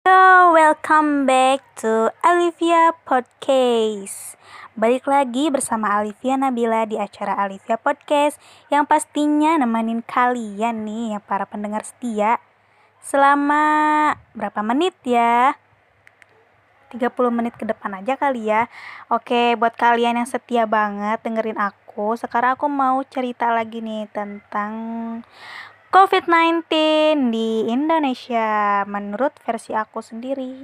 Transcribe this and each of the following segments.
Welcome back to Alivia Podcast. Balik lagi bersama Alivia Nabila di acara Alivia Podcast yang pastinya nemenin kalian nih, ya para pendengar setia. Selama berapa menit ya? 30 menit ke depan aja kali ya. Oke, buat kalian yang setia banget dengerin aku, sekarang aku mau cerita lagi nih tentang COVID-19 di Indonesia menurut versi aku sendiri.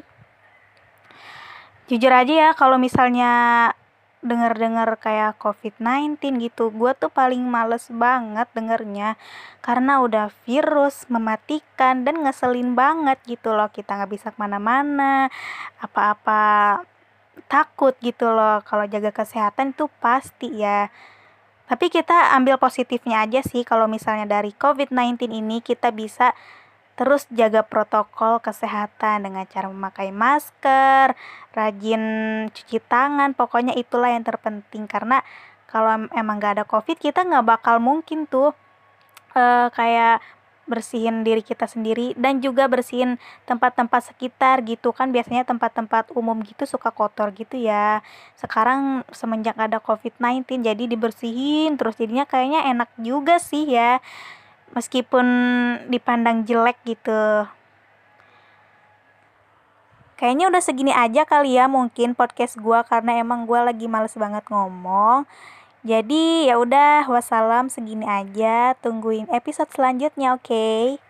Jujur aja ya, kalau misalnya denger-denger kayak COVID-19 gitu, gue tuh paling males banget dengernya. Karena udah virus, mematikan, dan ngeselin banget gitu loh. Kita gak bisa kemana-mana, apa-apa takut gitu loh. Kalau jaga kesehatan itu pasti ya. Tapi kita ambil positifnya aja sih, kalau misalnya dari COVID-19 ini kita bisa terus jaga protokol kesehatan dengan cara memakai masker, rajin cuci tangan, pokoknya itulah yang terpenting. Karena kalau emang gak ada COVID, kita gak bakal mungkin tuh kayak bersihin diri kita sendiri dan juga bersihin tempat-tempat sekitar gitu kan. Biasanya tempat-tempat umum gitu suka kotor gitu ya. Sekarang semenjak ada COVID-19 jadi dibersihin terus, jadinya kayaknya enak juga sih ya, meskipun dipandang jelek gitu. Kayaknya udah segini aja kali ya mungkin podcast gua, karena emang gua lagi males banget ngomong. Jadi ya udah, wassalam, segini aja. Tungguin episode selanjutnya, oke?